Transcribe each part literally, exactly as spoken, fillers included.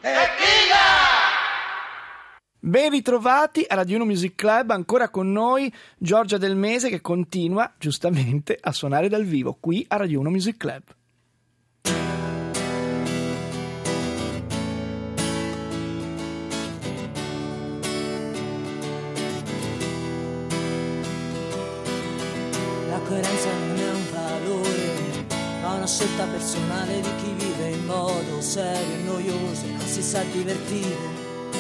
Ben ritrovati a Radio uno Music Club, ancora con noi Giorgia Del Mese che continua giustamente a suonare dal vivo qui a Radio uno Music Club. La coerenza non è un valore, ma una scelta personale di chi vive in modo serio e noioso e non si sa divertire.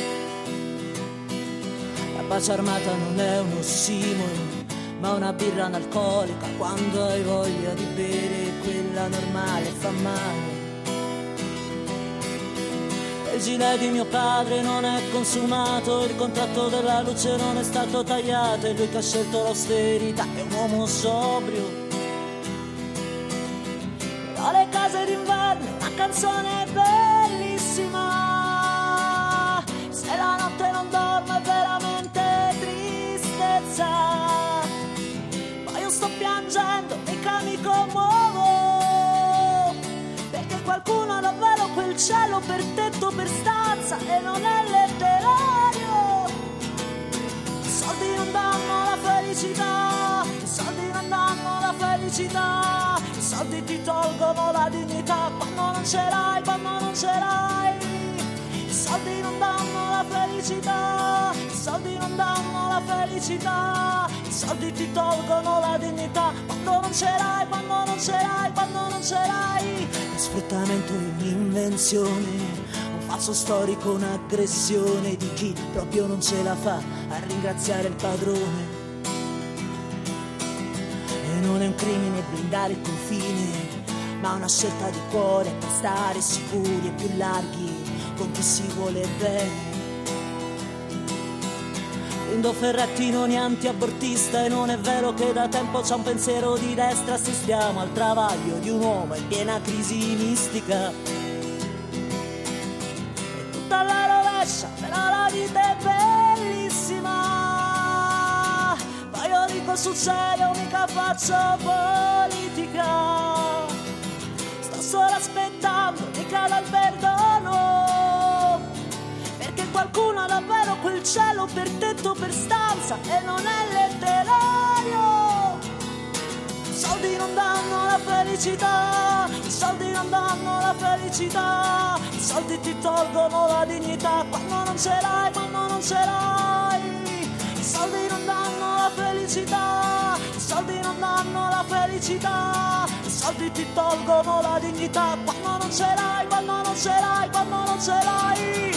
La pace armata non è un ossimoro, ma una birra analcolica quando hai voglia di bere, quella normale fa male. Il gilet di mio padre non è consumato, il contratto della luce non è stato tagliato, e lui che ha scelto l'austerità è un uomo sobrio. Però le case d'inverno, una canzone bellissima, se la notte non dormo è veramente tristezza. Poi io sto piangendo, mica mi commuovo, perché qualcuno ha davvero quel cielo per tetto, per stanza, e non è letterario. I soldi non danno la felicità, i soldi non danno la felicità, i soldi ti tolgono la dignità quando non ce l'hai, quando non ce l'hai. I soldi non danno la felicità, i soldi non danno la felicità, i soldi ti tolgono la dignità quando non ce l'hai, quando non ce l'hai, quando non ce l'hai. Lo sfruttamento è un'invenzione, un falso storico, un'aggressione di chi proprio non ce la fa a ringraziare il padrone. E non è un crimine blindare il confine, ma una scelta di cuore per stare sicuri e più larghi con chi si vuole bene. Lindo Ferretti non è anti-abortista, e non è vero che da tempo c'è un pensiero di destra. Assistiamo al travaglio di un uomo in piena crisi mistica, e tutta alla rovescia, però la vita è bellissima. Poi io dico sul serio, mica faccio politica, sto solo aspettando che cada il perdono, perché qualcuno ha davvero quel cielo per tetto, per stanza, e non è letterario. I soldi non danno la felicità, i soldi non danno la felicità, i soldi ti tolgono la dignità quando non ce l'hai, quando non ce l'hai. I soldi non danno la felicità, i soldi non danno la felicità, i soldi ti tolgono la dignità quando non ce l'hai, quando non ce l'hai, quando non ce l'hai.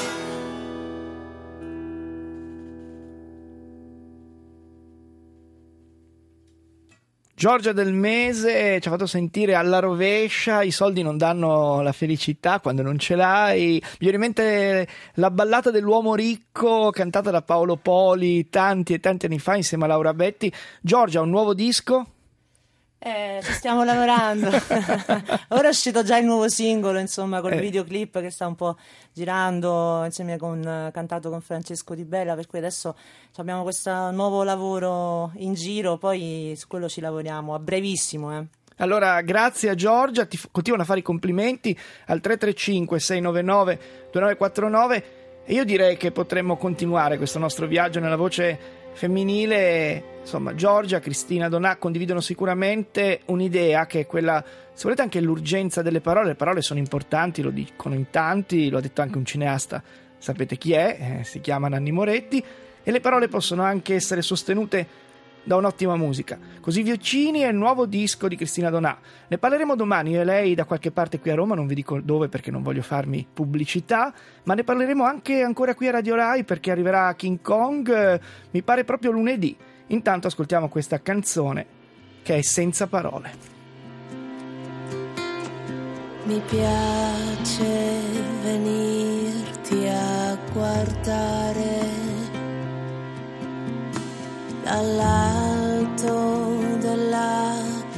Giorgia Del Mese ci ha fatto sentire alla rovescia, i soldi non danno la felicità quando non ce l'hai. Mi viene in mente la ballata dell'uomo ricco cantata da Paolo Poli tanti e tanti anni fa insieme a Laura Betti. Giorgia, un nuovo disco? Eh, ci stiamo lavorando. Ora è uscito già il nuovo singolo, insomma, col eh. videoclip che sta un po' girando insieme con cantato con Francesco Di Bella, per cui adesso abbiamo questo nuovo lavoro in giro, poi su quello ci lavoriamo a brevissimo, eh. Allora, grazie a Giorgia, ti f- continuano a fare i complimenti al tre tre cinque sei nove nove due nove quattro nove, e io direi che potremmo continuare questo nostro viaggio nella voce femminile. Insomma, Giorgia, Cristina Donà condividono sicuramente un'idea che è quella, se volete, anche l'urgenza delle parole. Le parole sono importanti, lo dicono in tanti, lo ha detto anche un cineasta, sapete chi è, eh, si chiama Nanni Moretti, e le parole possono anche essere sostenute da un'ottima musica. Così Viocini è il nuovo disco di Cristina Donà. Ne parleremo domani, io e lei, da qualche parte qui a Roma, non vi dico dove perché non voglio farmi pubblicità, ma ne parleremo anche ancora qui a Radio Rai perché arriverà King Kong, eh, mi pare proprio lunedì. Intanto ascoltiamo questa canzone che è Senza parole. Mi piace venirti a guardare dall'alto della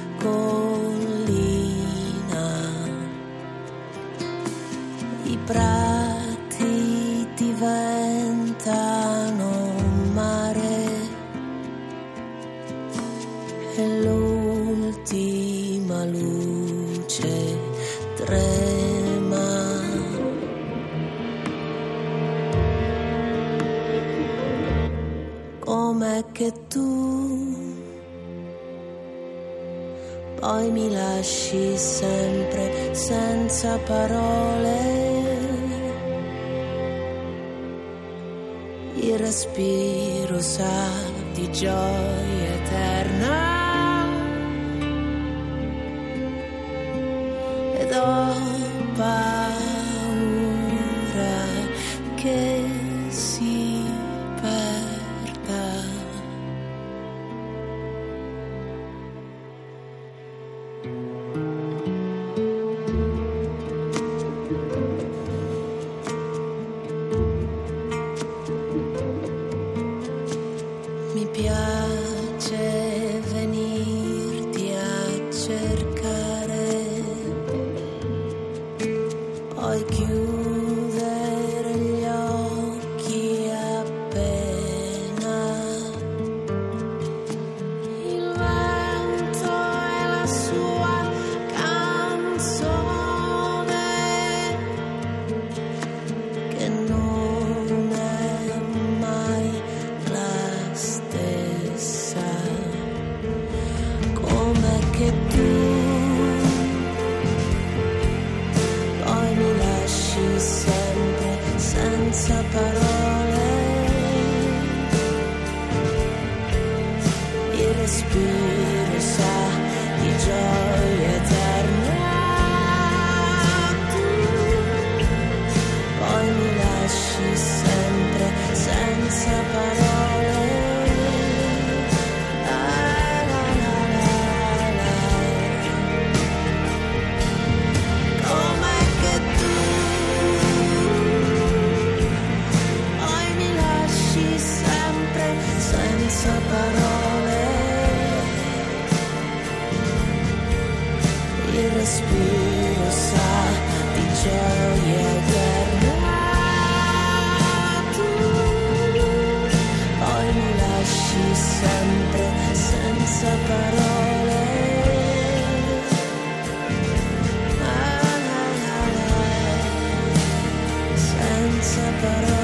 collina, i prati diventano mare e l'ultima luce trema. com'è che tu poi mi lasci sempre senza parole. Il respiro sa di gioia eterna ed ho paura che si perda. Mi piace venirti a cercare, poi chiudere gli occhi appena il vento e la sua canzone che non è mai la stessa, come che tu poi mi lasci sempre senza parole. Il respiro sa di gioia eterna, tu poi mi lasci sempre senza parole. La, la, la, la, la. Com'è che tu poi mi lasci sempre senza parole. Il respiro sa di gioia eterna, tu poi mi lasci sempre senza parole. La, la, la, la, senza parole.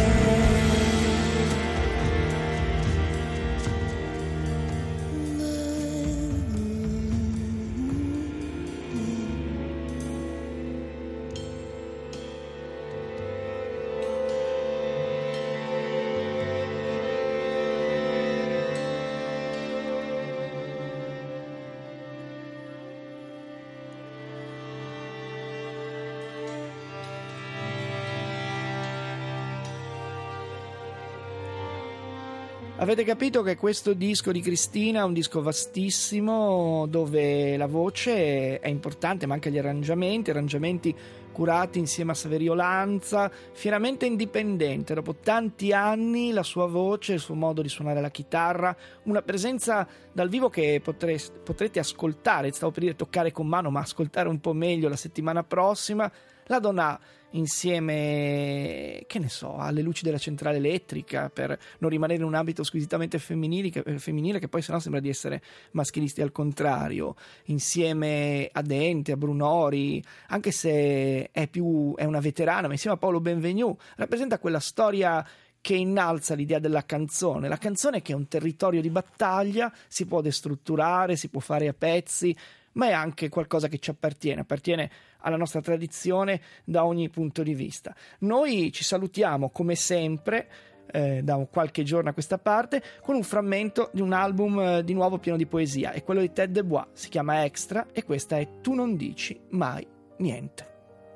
Avete capito che questo disco di Cristina è un disco vastissimo, dove la voce è importante, ma anche gli arrangiamenti, arrangiamenti curati insieme a Saverio Lanza, fieramente indipendente. Dopo tanti anni la sua voce, il suo modo di suonare la chitarra, una presenza dal vivo che potreste, potrete ascoltare, stavo per dire toccare con mano, ma ascoltare un po' meglio la settimana prossima. La donna insieme, che ne so, alle luci della centrale elettrica, per non rimanere in un ambito squisitamente femminile che, femminile, che poi sennò sembra di essere maschilisti al contrario, insieme a Dente, a Brunori, anche se è più è una veterana, ma insieme a Paolo Benvenu rappresenta quella storia che innalza l'idea della canzone, la canzone che è un territorio di battaglia, si può destrutturare, si può fare a pezzi, ma è anche qualcosa che ci appartiene, appartiene alla nostra tradizione da ogni punto di vista. Noi ci salutiamo come sempre eh, da qualche giorno a questa parte con un frammento di un album eh, di nuovo pieno di poesia, è quello di Ted Debois, si chiama Extra e questa è Tu non dici mai niente.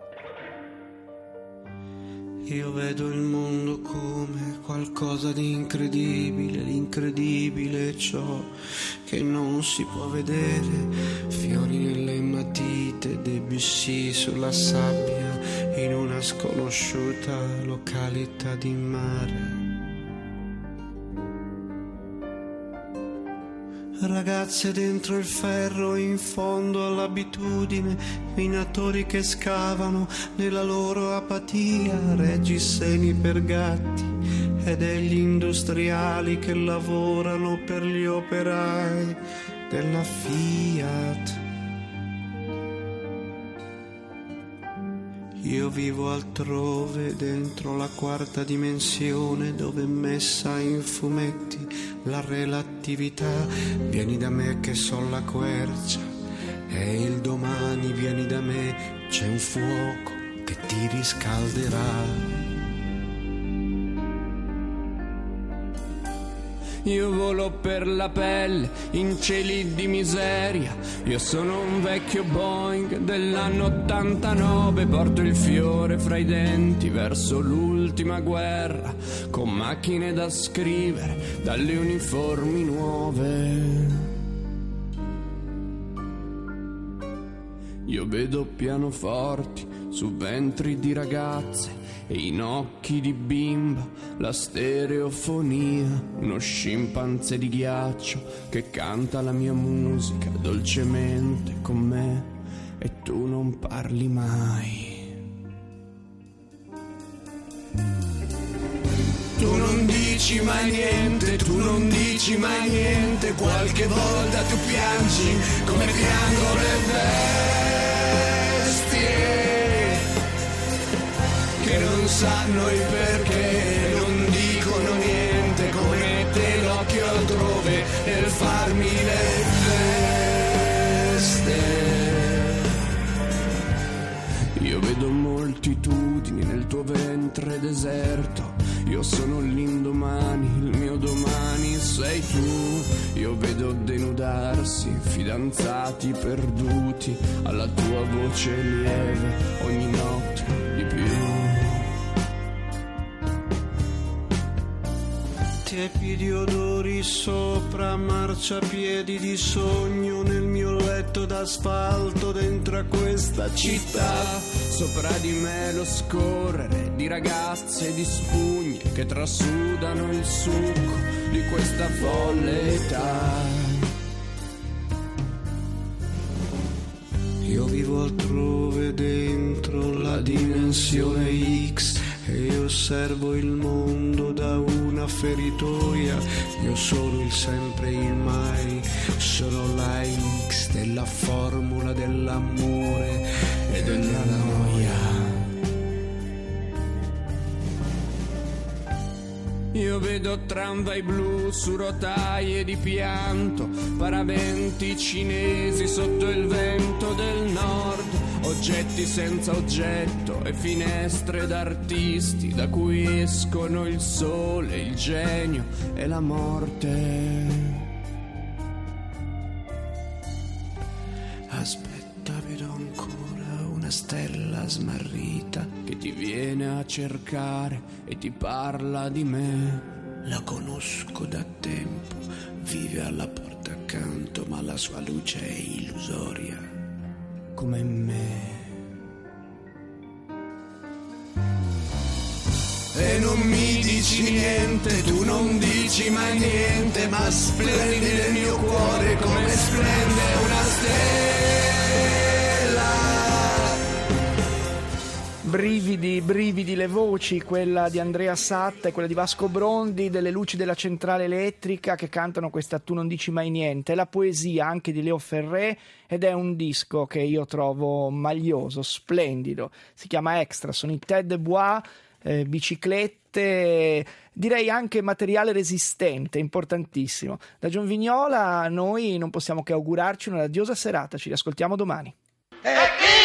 Io vedo il mondo come qualcosa di incredibile, l'incredibile è ciò che non si può vedere, fiori nelle matite, Debussy sulla sabbia, in una sconosciuta località di mare. Ragazze dentro il ferro, in fondo all'abitudine, minatori che scavano nella loro apatia, reggiseni per gatti e degli industriali che lavorano per gli operai della Fiat. Io vivo altrove, dentro la quarta dimensione, dove è messa in fumetti la relatività. Vieni da me che son la quercia, e il domani vieni da me, c'è un fuoco che ti riscalderà. Io volo per la pelle in cieli di miseria. Io sono un vecchio Boeing dell'anno ottantanove. Porto il fiore fra i denti verso l'ultima guerra, con macchine da scrivere dalle uniformi nuove. Io vedo pianoforti su ventri di ragazze e in occhi di bimba la stereofonia, uno scimpanzé di ghiaccio che canta la mia musica dolcemente con me e tu non parli mai. Tu non dici mai niente, tu non dici mai niente, qualche volta tu piangi come piangono le bestie che non sanno il perché, non dicono niente, come te l'occhio altrove nel farmi le feste. Io vedo moltitudini nel tuo ventre deserto, io sono l'indomani, il mio domani sei tu. Io vedo denudarsi fidanzati perduti alla tua voce lieve ogni notte di più. Tiepidi odori sopra marciapiedi di sogno nel mio letto d'asfalto dentro a questa città. Sopra di me lo scorrere di ragazze e di spugne che trasudano il succo di questa folle età. Io vivo altrove dentro la dimensione X e io osservo il mondo da una feritoia. Io sono il sempre e il mai, sono la X della formula dell'amore e della noia. Io vedo tramvai blu su rotaie di pianto, paraventi cinesi sotto il vento del nord, oggetti senza oggetto e finestre d'artisti da cui escono il sole, il genio e la morte. Aspetta, vedo ancora una stella smarrita che ti viene a cercare e ti parla di me. La conosco da tempo, vive alla porta accanto, ma la sua luce è illusoria, come me. E non mi dici niente, tu non dici mai niente, ma splendi nel mio cuore come splende una stella. Brividi, brividi le voci, quella di Andrea Satta e quella di Vasco Brondi, delle luci della centrale elettrica che cantano questa Tu non dici mai niente. È la poesia anche di Leo Ferré ed è un disco che io trovo maglioso, splendido. Si chiama Extra, sono i Ted Bois, eh, biciclette, direi anche materiale resistente, importantissimo. Da John Vignola noi non possiamo che augurarci una radiosa serata, ci riascoltiamo domani. E chi